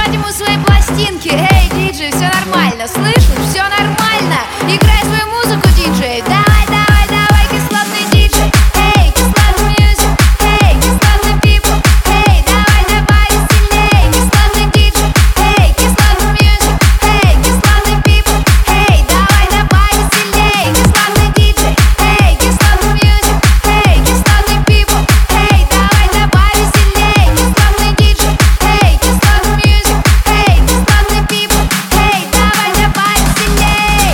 поставить ему свои пластинки. Эй, диджей, все нормально, слышишь? Все нормально. Играй свою музыку, диджей. Давай, давай, давай, кислотный диджей. Эй, кислотный мьюзик. Эй, кислотный people. Эй, давай, давай, веселей. Кислотный диджей. Эй, кислотный мьюзик. Эй, кислотный people. Эй, давай, давай, веселей. Кислотный диджей. Эй, кислотный мьюзик. Эй, кислотный people. Эй, давай, давай, веселей. Кислотный диджей. Эй, кислотный мьюзик. Эй, кислотный people. Эй, давай, давай, веселей.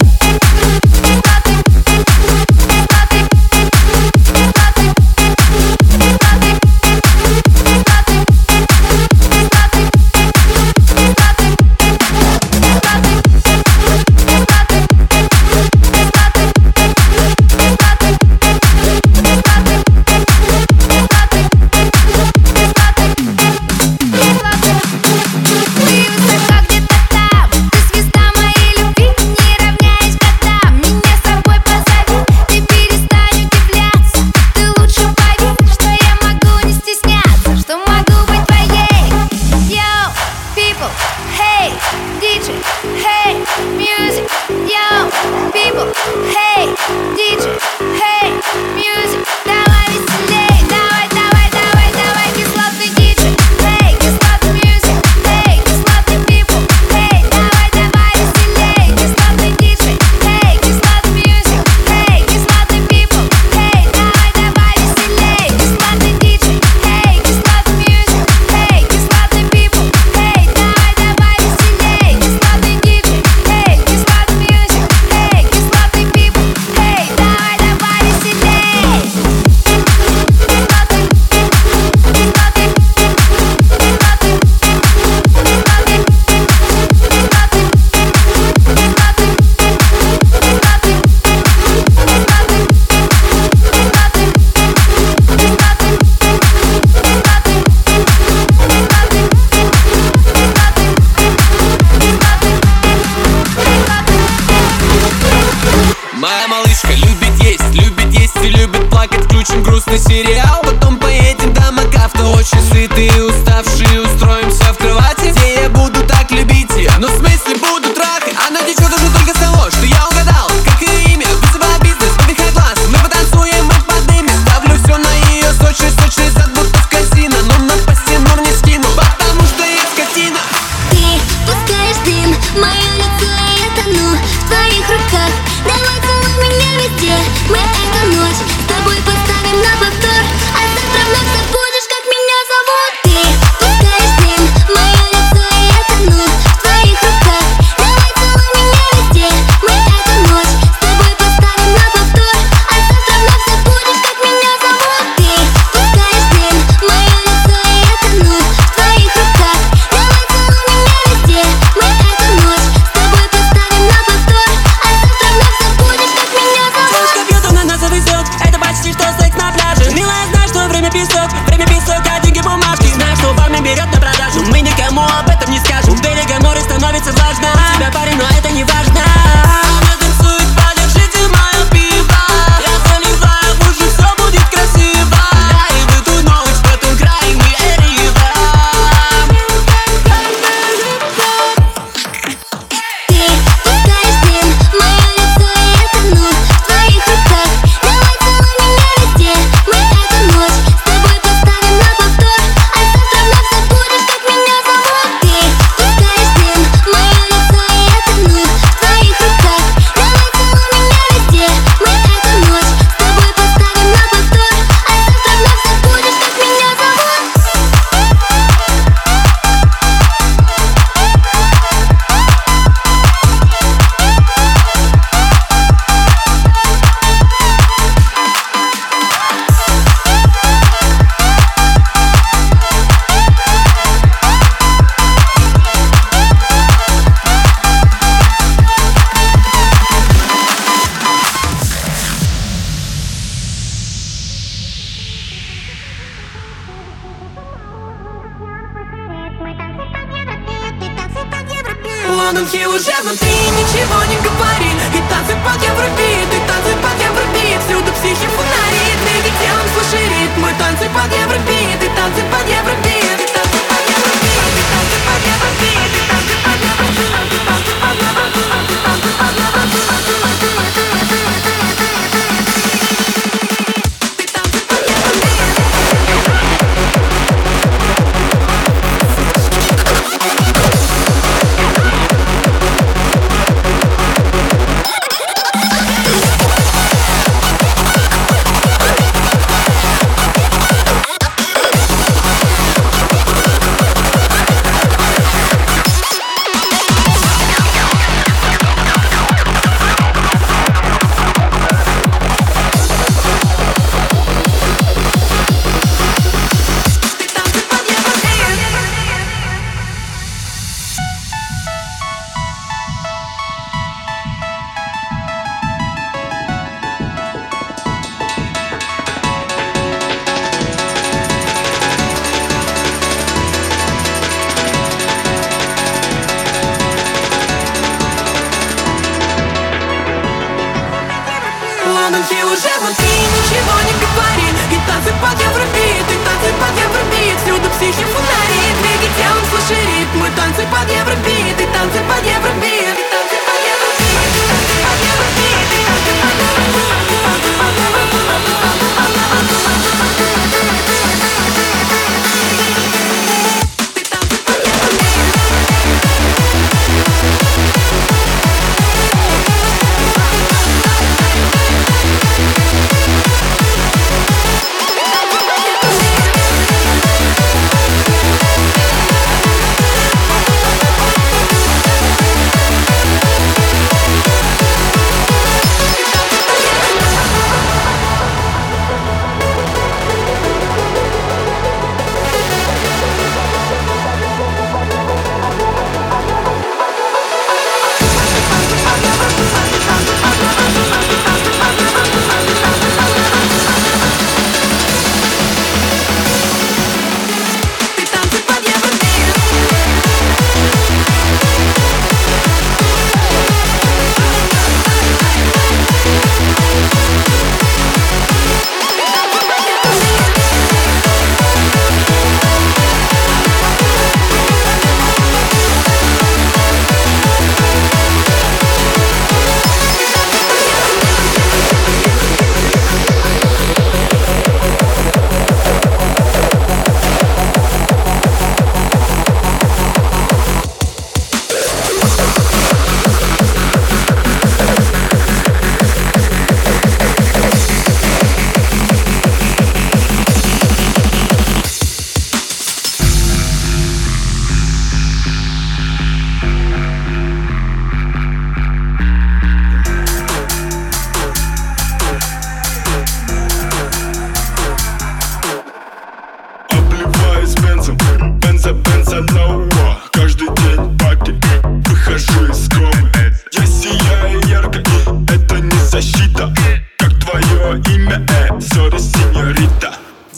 Ты высоко где-то там, ты звезда моей любви, не равняясь годам. Меня с собой позови, ты перестань удивляться. Ты лучше поверь, что я могу не стесняться, что могу быть твоей. Yo, people, hey, DJ, hey, music. Yo, people, hey, DJ, hey, music. Давай веселей, давай, давай, давай, давай, кислотный диджей. Эй, кислотный music. Эй, кислотный people. Эй, давай, давай, веселей. Кислотный диджей. Эй, кислотный music. Эй, кислотный people. Эй, давай, давай, веселей. Кислотный диджей. Эй, кислотный music. Эй, кислотный people. Эй, давай, давай, веселей. Кислотный диджей. Эй, кислотный music. Эй, кислотный people. Эй, давай, давай, веселей. Моя малышка любит есть и любит плакать. Включим грустный сериал, потом поедем до Макафта. Очень сытые и уставшие устроимся в кровати, где я буду так любить ее, но в смысле буду трахать. Она течет уже только с того, что я угадал, как ее имя, вызывая бизнес, выдыхай глаз. Мы потанцуем, мы поднимем, ставлю все на ее сочный зад, будто в казино. Но на постенур не скину, потому что я скотина. Ты пускаешь дым, мое лицо, и я тону в твоих руках. Давай целуй меня везде, мы эту ночь с тобой поставим на повтор, а завтра вновь забудешь, как меня зовут. Ты пускаешь дым, мое лицо, и я тону в твоих руках. Давай целуй меня везде, мы эту ночь с тобой поставим на повтор, а завтра вновь забудешь, как меня зовут. Ты пускаешь дым, мое лицо, и я тону в твоих руках. Давай целуй меня везде, мы эту ночь с тобой поставим на повтор, а завтра вновь забудешь, как меня зовут. Девушка пьет, она нас завезет, это почти что секс на пляже. Милая, знай, что время песок, а деньги бумажки. Знай, что парня берет на продажу, мы никому об этом не скажем. У берега море становится влажно, у тебя парень, но это не важно. Она танцует, подержите мое пиво, я заливаю, лучше все будет красиво. Да, и в эту ночь в этом крае мы ревем. Ты пускаешь дым, мое лицо, и я тону в твоих руках. Давай целуй меня везде, мы эту ночь с тобой поставим на повтор, а завтра вновь забудешь, как меня зовут. Ты пускаешь дым, мое лицо, и я тону в твоих руках. Давай целуй меня везде, мы эту ночь с тобой поставим на повтор, а завтра вновь забудешь, как меня зовут. Лондон, уже внутри, ничего не говори. И танцы под Евробит, и танцы под Евробит. Всюду психи фонари, двигай телом, слушай ритм. И танцы под Евробит, и танцы под Евробит, и танцы под Евробит, и танцы под Евробит. уже внутри, ничего не говори. И танцы под евробит, и танцы под евробит. Всюду психи фонари, двигай телом, слушай ритм. И танцы под евробит, и танцы под евробит. И танцы под евробит, и танцы под евробит, и танцы под евробит, и танцы под каждый день пати, выхожу из комы. Я сияю ярко, и это не защита. Как твое имя, сори, сеньорита.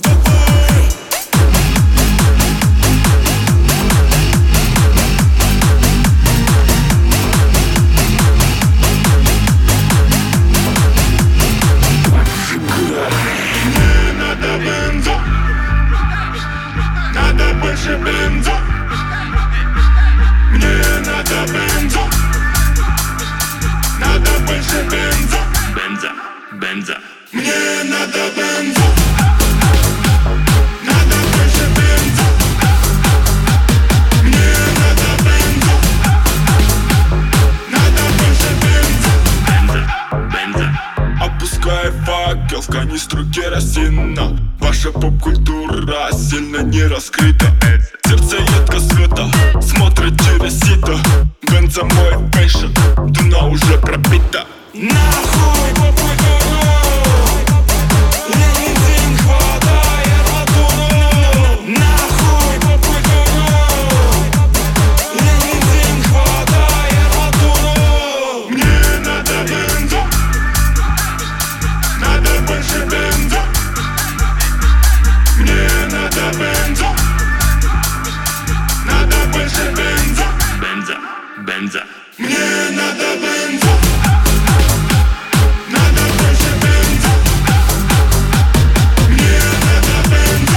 Мне надо бензо, надо больше бензо. Мне надо бензо, надо больше бензо. Бензо. Мне надо бензо, надо больше бензо. Мне надо бензо, надо больше бензо. Опускай факел в канистру керосина. Ваша поп-культура сильно не раскрыта. Сердце едко света смотрит через сито. Бензо мой пэшн, дно уже пробита. Нахуй поп-культуру, бензин хватает латуну. Нахуй поп-культуру, бензин хватает латуну. Мне надо бензо, надо больше бензо. Мне надо бензо, надо больше бензо. Бензо. Мне надо бензо, надо больше бензо. Мне надо бензо,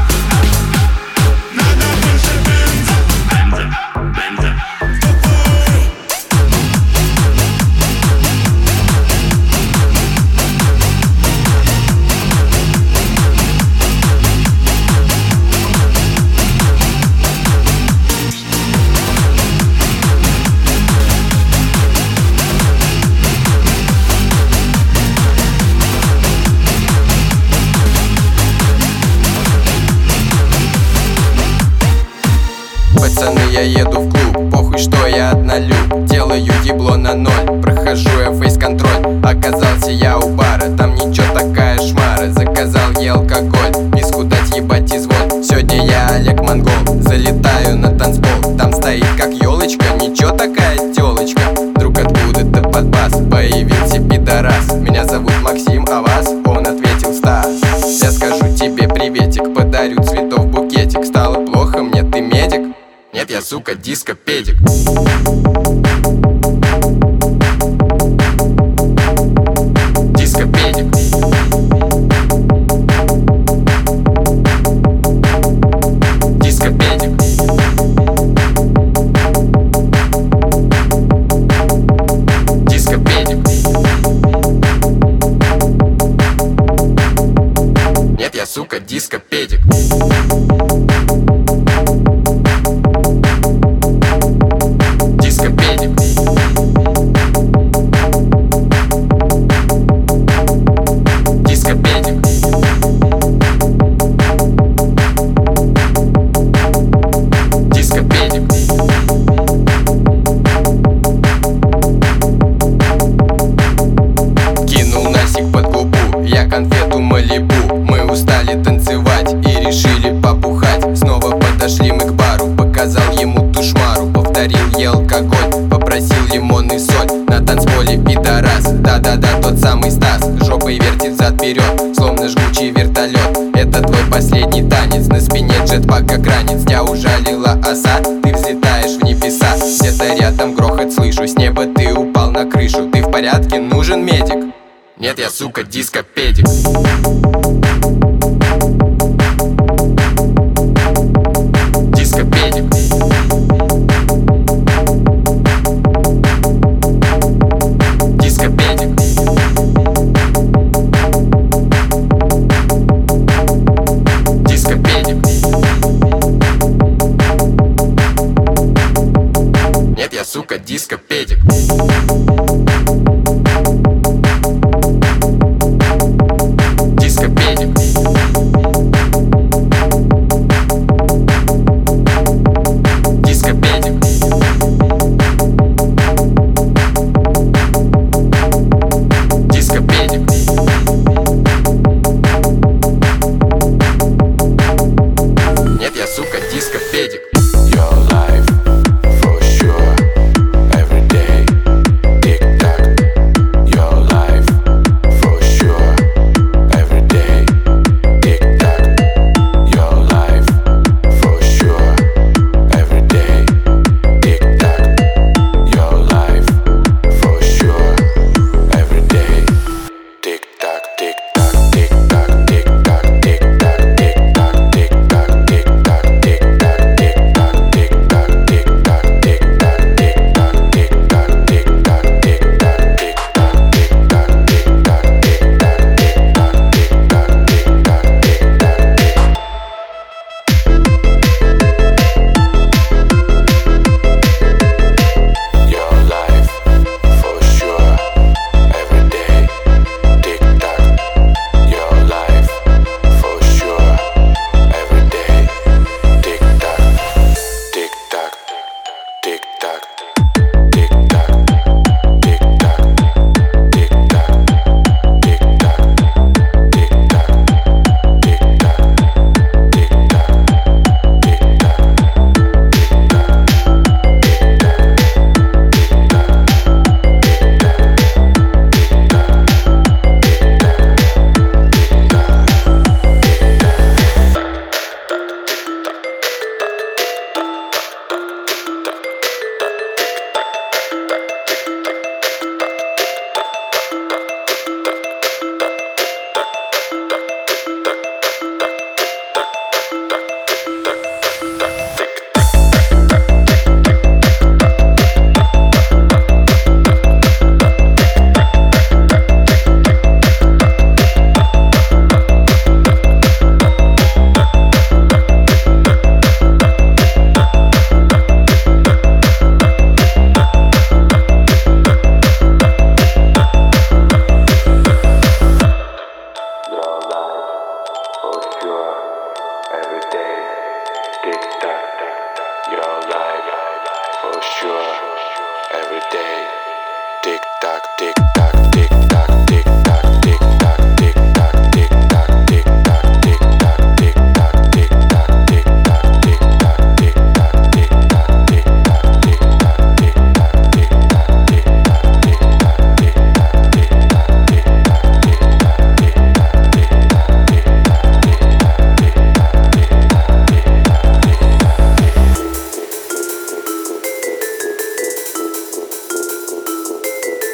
надо больше бензо. Бензо. Пацаны, я еду в клуб, похуй, что я однолюб. Делаю ебло на ноль, прохожу я фейс-контроль. Оказался я у бара, там ничего такая шмара. Заказал я алкоголь, миску дать ебать изволь. Сегодня я Олег Монгол, залетаю на танцпол. Там стоит как елочка, ничего такая телочка. Вдруг откуда-то под бас появился пидорас. Меня зовут Максим, а вас? Он ответил Стас. Я скажу тебе приветик, подарю цветов букетик. Стало плохо мне, ты медик? Нет, я, сука, диско-педик. Диско-педик. дископедик. Дископедик. Дископедик. Дископедик. Кинул Насик под губу, я конфету Малибу. Мы устали танцевать и решили побухать. Снова подошли мы к бару, показал ему ту шмару. Повторил, ел алкоголь, попросил лимон и соль. На танцполе пидорас, да-да-да, тот самый Стас. Жопой вертит взад-вперед, словно жгучий вертолет. Это твой последний танец, на спине джетпак как ранец. Тебя ужалила оса, ты взлетаешь в небеса. Где-то рядом грохот слышу, с неба ты упал на крышу. Ты в порядке, нужен медик? Нет, я, сука, дископедик. Дископедик. Дископедик. Дископедик. Нет, я, сука, дископедик. Дископедик. Дископедик. Дископедик. Нет, я, сука, дископедик. Your life for sure every day. Tick-tock. Your life for sure every day. Tick-tock. Your life for sure every day. Tick-tock. Your life for sure every day. Tick-tock, tick-tock, tick-tock, tick-tock, tick-tock, tick-tock, tick-tock, tick-tock, tick-tock, tick-tock, tick-tock, tick-tock, tick-tock, tick-tock, tick-tock, tick-tock, Your life for sure every day. Tick-tock. Your life for sure every day. Tick-tock. Tick-tock. Tick-tock. Tick-tock. Tick-tock. Tick-tock. Tick-tock. Tick-tock. Tick-tock. Your life for sure every day. Tick-tock, tick-tock, tick-tock, tick-tock, tick-tock, tick-tock, tick-tock, tick-tock, tick-tock, tick-tock, tick-tock, tick-tock, tick-tock, tick-tock, tick-tock, tick-tock,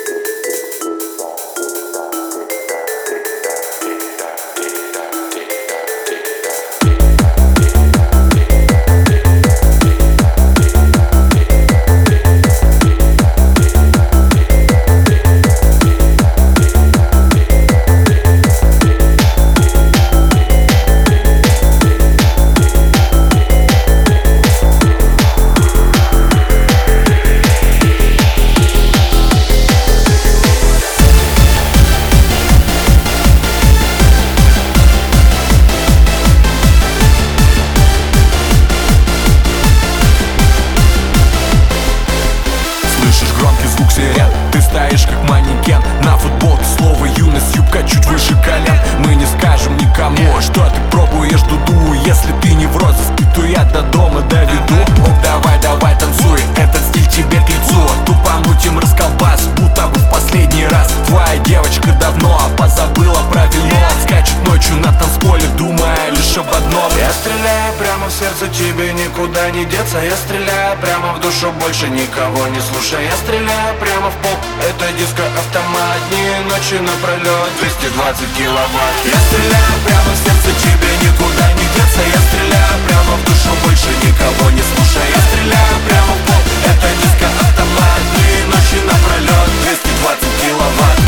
никуда не деться. Я стреляю прямо в душу, больше никого не слушая. Я стреляю прямо в пол, это диско-автомат. Дни и ночи напролет, 220 киловатт. Я стреляю прямо в сердце, тебе никуда не деться. Я стреляю прямо в душу, больше никого не слушая. Я стреляю прямо в пол, это диско-автомат. Дни и ночи напролет, 220 киловатт.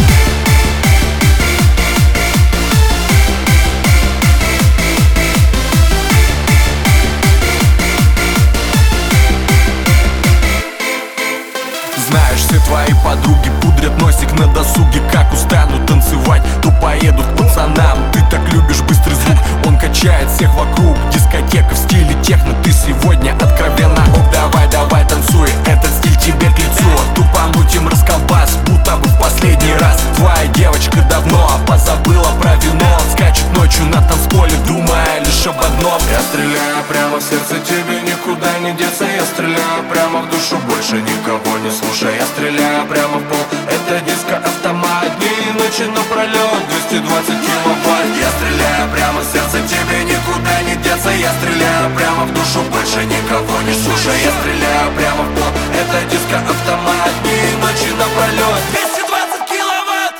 Знаешь, все твои подруги пудрят носик на досуге. Как устанут танцевать, то поедут к пацанам. Ты так любишь быстрый звук, он качает всех вокруг. Дискотека в стиле техно, ты сегодня откровенно. Оп, давай, давай, танцуй, этот стиль тебе к лицу. Тупо мутим расколбас, будто бы в последний раз. Твоя девочка давно позабыла про вино. Скачет ночью на танцполе, думая лишь об одном. Я стреляю прямо в сердце, тебе никуда не деться. Я стреляю прямо в душу, больше никого не слушай. Я стреляю прямо в пол, это диско-автомат. Дни и ночи напролет, 220 киловатт. Я стреляю прямо в сердце, тебе никуда не деться. Я стреляю прямо в душу, больше никого не слушай. Я стреляю прямо в пол, это диско-автомат. Дни и ночи напролет, 220 киловатт.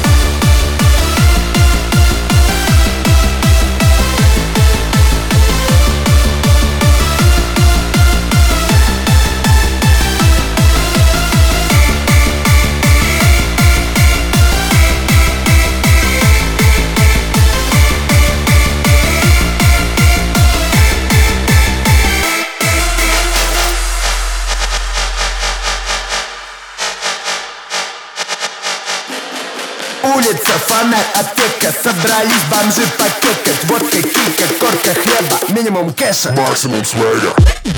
Улица, фонарь, аптека. Собрались бомжи покекать. Водка, килька, корка хлеба, минимум кэша. Максимум свега.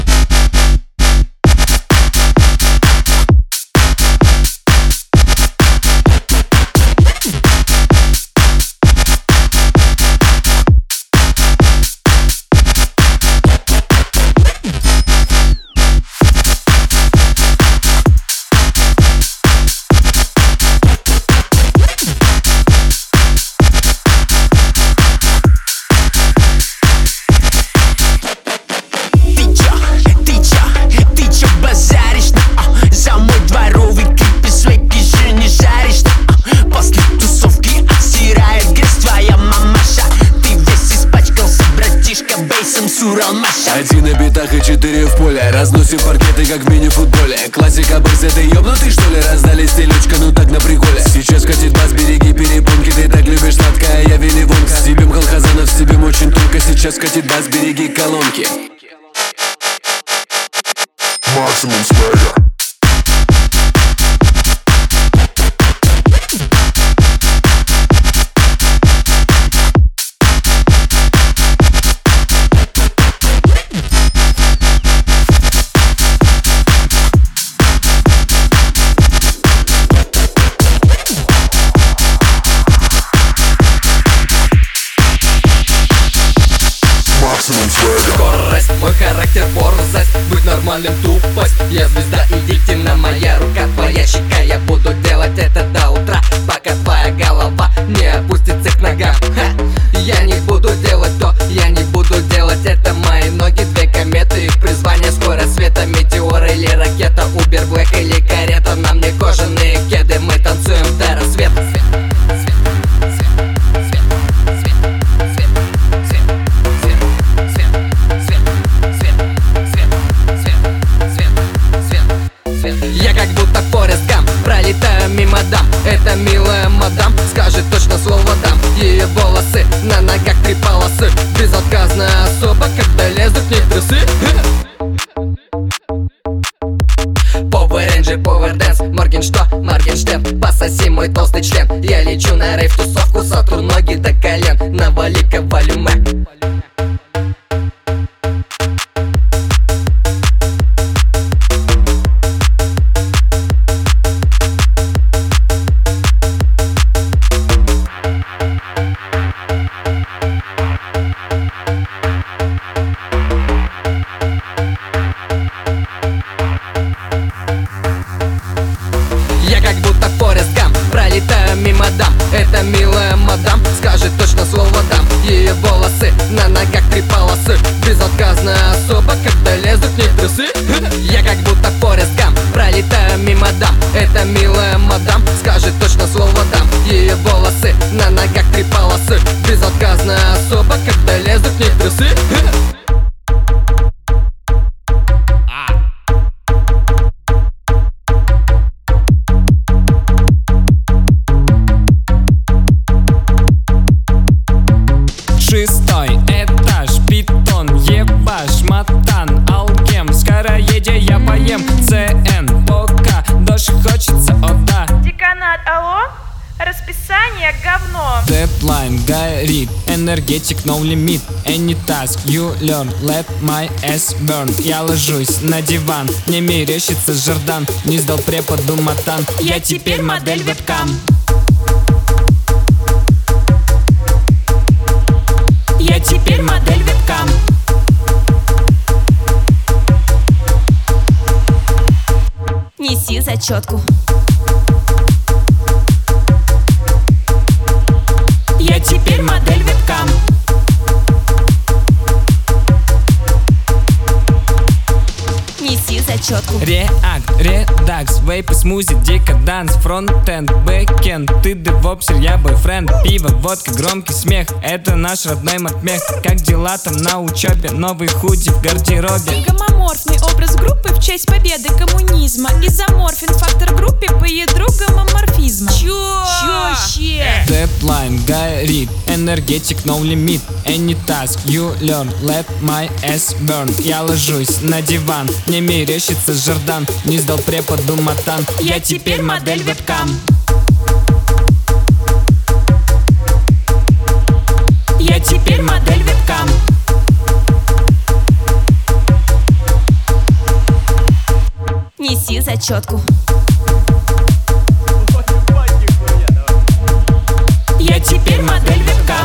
Один на битах и 4 в поле. Разносим паркеты, как в мини-футболе. Классика бэкс, это ёбнутый что ли? Раздали стелючка, ну так на приколе. Сейчас катит бас, береги перепонки. Ты так любишь сладкое, я Вилли Вонка. Стебем колхозанов, стебем очень тонко. Сейчас катит бас, береги колонки. Максимум свега. Скорость, мой характер борзость. Быть нормальным тупость. Я звезда, идите на моя рука, твоя щека. Я буду делать это до утра, пока твоя голова не опустится к ногам. Я не буду делать то, я не буду делать это. Мои ноги две кометы, их призвание скорость света. Метеор или ракета, Uber Black или карета. На мне кожаные кеды, мы танцуем до рассвета. Я как будто Форест Гамп, пролетаю мимо дам. Эта милая мадам скажет точно слово дам. Ее волосы на ногах 3 полосы. Безотказная особа, когда лезут в них трусы. Power Ranger, Power Dance, Моргенштерн, Моргенштерн. Пососи мой толстый член. Я лечу на рейв-тусовку, сотру ноги до колен. Навали-ка волюме. Я как будто Форест Гамп, пролетаю мимо дам. Эта милая мадам скажет ЦН, пока дождь хочется, о да. Деканат, алло? Расписание говно. Дедлайн горит, энергетик no limit. Any task you learn, let my ass burn. Я ложусь на диван, мне мерещится Жордан. Не сдал преподу матан, я теперь модель вебкам. Я теперь модель вебкам. Неси зачетку. Я теперь модель вебкам. Неси зачетку. Реакт, редакс, вейп и смузи, декаданс, фронтенд, бэкенд. Ты девопсер, я бойфренд. Пиво, водка, громкий смех, это наш родной матмех. Как дела там на учебе? Новый худи в гардеробе. Гомоморфный образ группы в честь победы коммунизма. Изоморфен фактор группе по ядру гомоморфизма. Чё? Дедлайн горит, энергетик no limit. Any task you learn, let my ass burn. Я ложусь на диван, мне мерещится Жордан. Не сдал преподу матан, я теперь модель вебкам. Я теперь модель вебкам. Неси зачетку. Я теперь модель вебкам.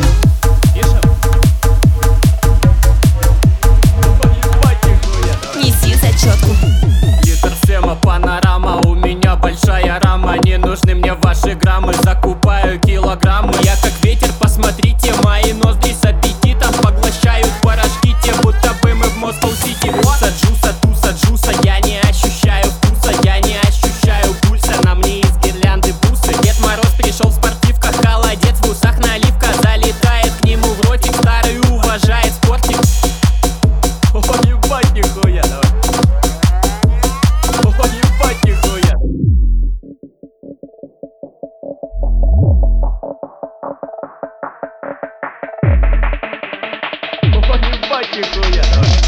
Неси зачетку. Литр Сема, панорама, у меня большая рама. Не нужны мне ваши граммы, закупаю килограммы. Я как ветер, посмотрите, мои ноздри с аппетитом поглощают порошки, те будто бы мы в Москва-Сити. Саджуса, я не ощущаю вкуса, я не ощущаю пульса. На мне из гирлянды бусы. Дед Мороз пришел в спортивках, холодец в усах, наливка залетает к нему в ротик. Старый уважает спортик. О, ебать, нихуя, давай. О, ебать, нихуя. О, ебать, нихуя, давай.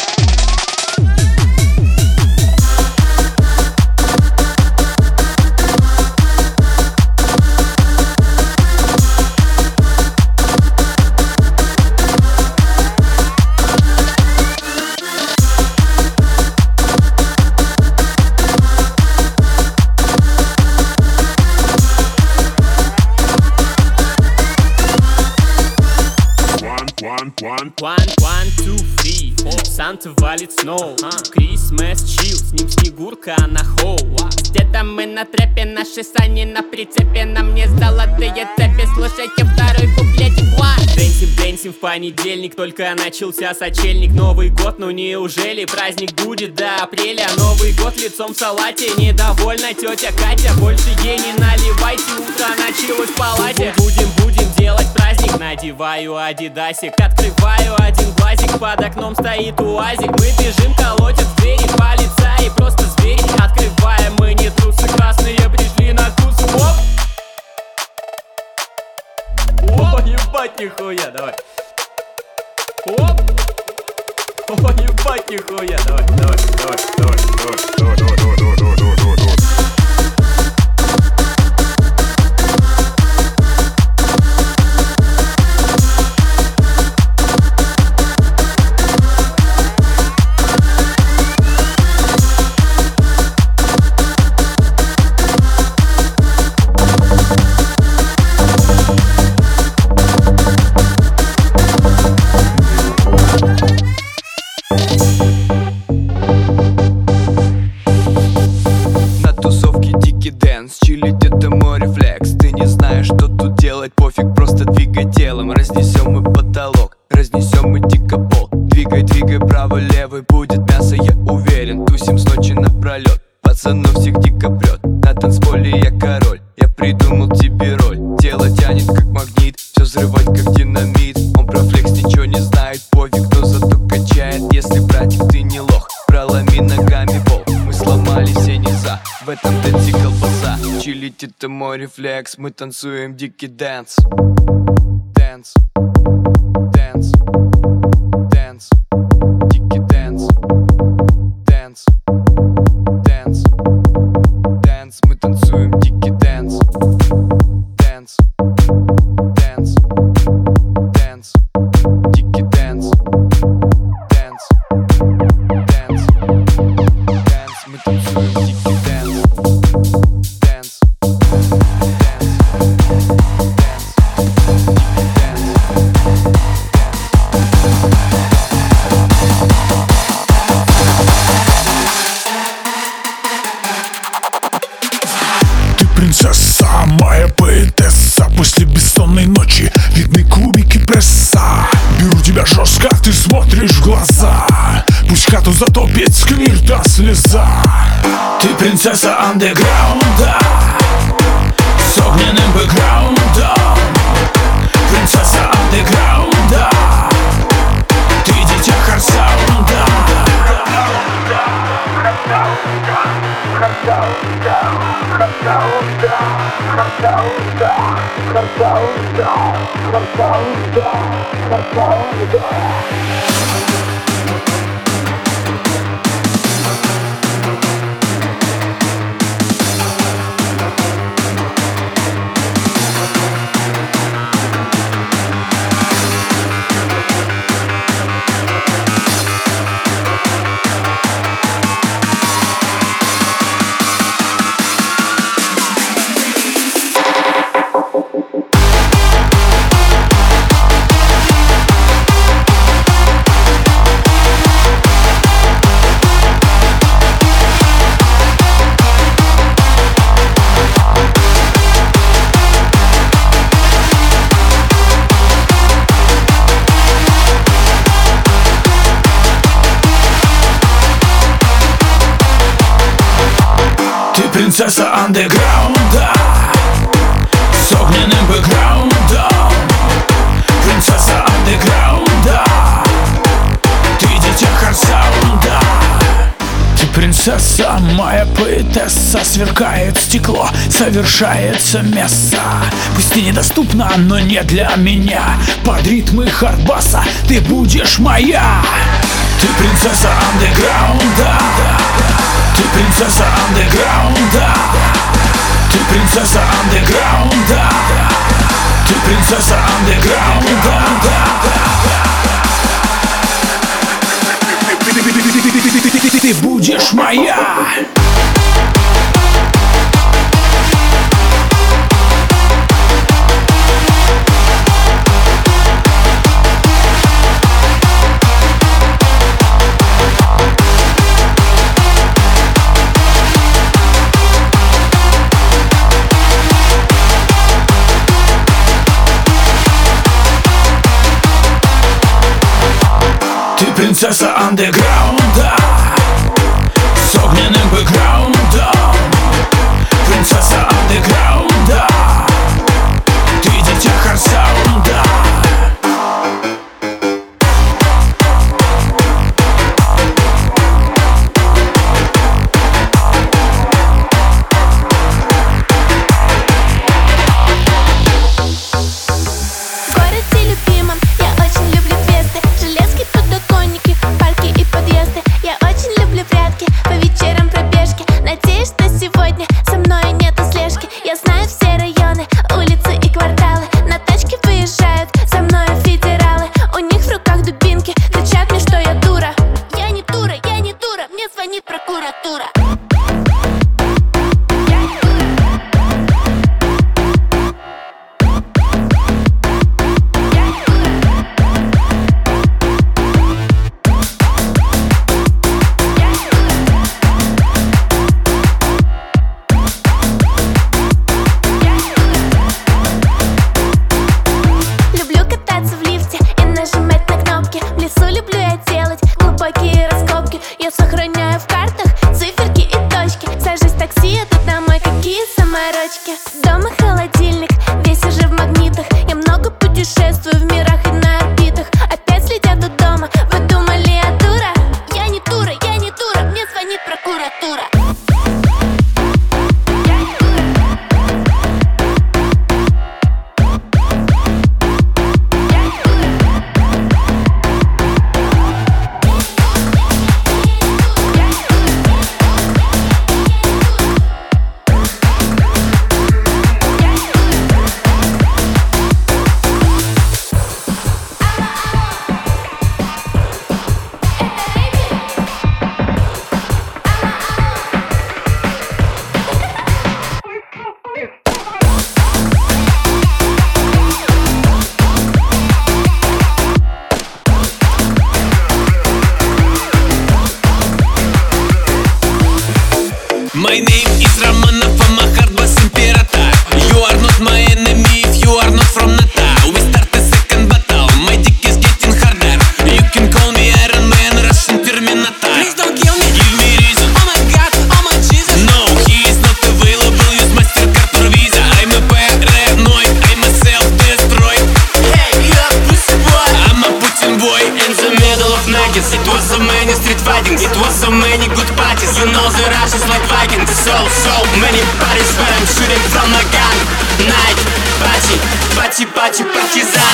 One, two, three, Санта валит сноу, Крисмас чил, с ним Снегурка, а на хоу. С дедом мы на трэпе, наши сани на прицепе. На мне золотые цепи, слушайте второй куплетик. Дэнсим в понедельник, только начался сочельник. Новый год, ну неужели праздник будет до апреля? Новый год лицом в салате, недовольна тетя Катя. Больше ей не наливайте, утро началось в палате. Будем делать праздник, надеваю адидасик. Открываю один глазик, под окном стоит уазик. Мы бежим, колотят в двери, полицаи просто звери. Открываем, мы не трусы, красные пришли на тусу. Оп! О, ебать, нихуя, давай. Оп! О, ебать, нихуя, давай. Чилить это мой рефлекс. Ты не знаешь, что тут делать, пофиг, просто двигай телом. Разнесем мы потолок, разнесем мы дико пол. Двигай, право-левый, будет мясо, я уверен. Тусим с ночи напролет, пацанов всех дико прет. На танцполе я король, я придумал тебе роль. Тело тянет как магнит, все взрывать как динамит. Он про флекс ничего не знает, пофиг, но зато качает. Если, братик, ты не лох, проломи ногами пол. Мы сломали все низа, в этом дэнсе колбаса. Чилить это мой рефлекс, мы танцуем дикий дэнс. Дэнс, дэнс, дэнс, дикий дэнс. Дэнс, дэнс. Принцесса, моя поэтесса. После бессонной ночи видны кубики пресса. Беру тебя жестко, ты смотришь в глаза. Пусть хату затопит сквир да слеза. Ты принцесса андеграунда с огненным бэкграундом. Принцесса андеграунда, ты дитя харсаунда. Принцесса андеграунда с огненным бэкграундом. Принцесса андеграунда, ты дитя харсаунда. Ты принцесса, моя поэтесса. Сверкает стекло, совершается месса. Пусть ты недоступна, но не для меня. Под ритмы хардбаса ты будешь моя. Ты принцесса андеграунда. Ты принцесса андеграунда. Ты принцесса андеграунда. Ты принцесса андеграунда. Ты будешь моя. Ты принцесса андеграунда с огненным бэкграундом. Принцесса андеграунда, ты дитя харсаунда. В городе любимом я очень люблю квесты, железки, подоконники, парки и подъезды. Я очень люблю прятки, по вечерам пробежки. Надеюсь, что сегодня со мной нету слежки. Я знаю все районы, улицы и кварталы. На тачке выезжают за мной федералы. У них в руках дубинки, кричат мне, что я дура. Я не дура, я не дура, мне звонит прокуратура. Люблю кататься в лифте и нажимать на кнопки. В лесу люблю я делать глубокие раскопки. Я сохраняю в картах циферки и точки. Сажусь в такси, еду домой, какие заморочки. Дома холодильник, весь уже в магнитах. Я много путешествую в мирах и на орбитах. Опять следят у дома, вы думали я дура? Я не дура, я не дура, мне звонит прокуратура. My name is Romanov, I'm a hard bass imperator. You are not my enemy if you are not from NATO. We start a second battle, my dick is getting harder. You can call me Iron Man, Russian Terminator. Please don't kill me. Give me reason. Oh my God, oh my Jesus. No, he is not available, use MasterCard or Visa. I'm a paranoid, I'm a self-destroyed. Hey, you a pussy boy. I'm a Putin boy. In the middle of nuggets, it was so many street fightings, it was so many good parties. You know the Russians like Vikings. So many parties where I'm shooting from a gun. Night, party, partisan.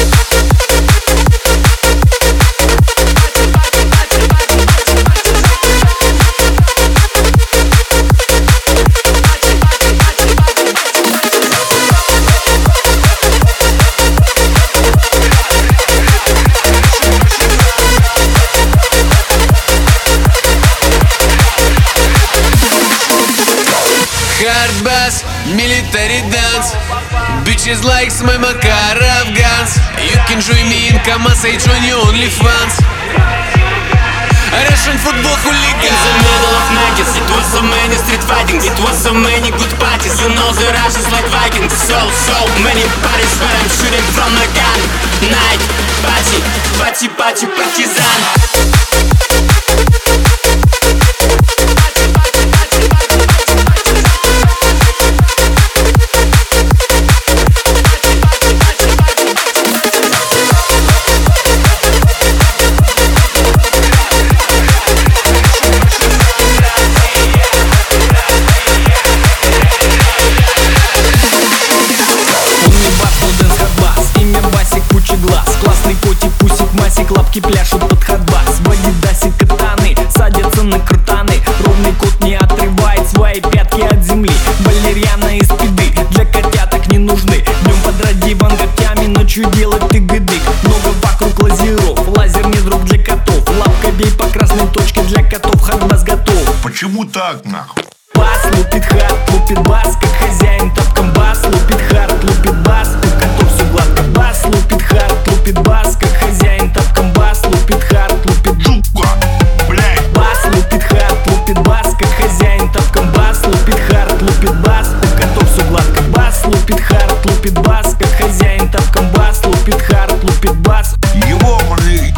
Hard bass, military dance. Bitches likes my Makarov guns. You can join me in Kamaz, I join you OnlyFans. Russian football hooligans. In the middle of nuggets, it was so many street fightings, it was so many good parties. You know the Russians like Vikings. So many parties where I'm shooting from a gun. Night, party, partisan. Классный котик, пусик, масик, лапки пляшут под хардбас. В адидасе катаны, садятся на крутаны. Ровный кот не отрывает свои пятки от земли. Валерьяна и спиды для котяток не нужны. Днем подрать диван когтями, ночью делать тыгыдык. Много вокруг лазеров, лазер не друг для котов. Лапка бей по красной точке, для котов хардбас готов. Почему так, нахуй? Бас лупит хард, лупит бас, как хозяин тапком бас. Лупит хард, лупит бас, у котов все гладко. Бас лупит хард, лупит бас, как хозяин тапком бас. Лупит хард, лупит Жука, блядь. бас, лупит хард, лупит бас, как хозяин тапком бас. Лупит хард, лупит бас, у котов все гладко. Бас лупит хард, лупит бас, как хозяин тапком бас. Лупит хард, лупит бас. Его, блядь.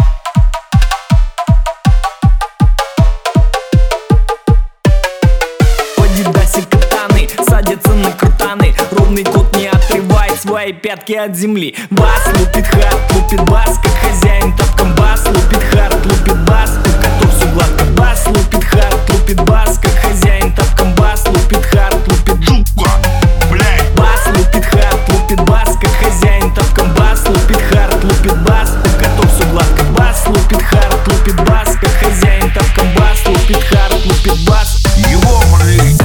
Катаны, садятся на крутаны. Ровный кот не отрывает свои пятки от земли. Бас лупит хард, лупит бас, как хозяин тапком бас. Лупит хард, лупит бас, у котов все гладко. Бас лупит хард, лупит бас, как хозяин тапком бас. Лупит хард, лупит Жука, блядь. бас лупит хард, лупит бас, как хозяин тапком бас. Лупит хард, лупит бас, у котов все гладко. Бас лупит хард, лупит бас, как хозяин тапком бас. Лупит хард, лупит бас. Его, блядь.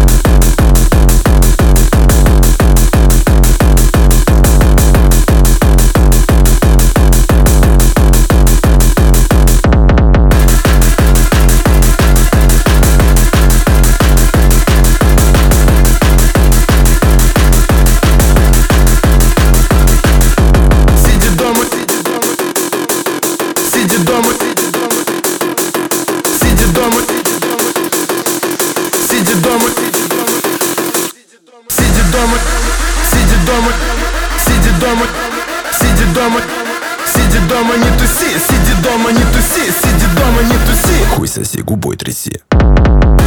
Сиди дома, не туси, сиди дома, не туси, сиди дома, не туси. Хуй соси, губой тряси.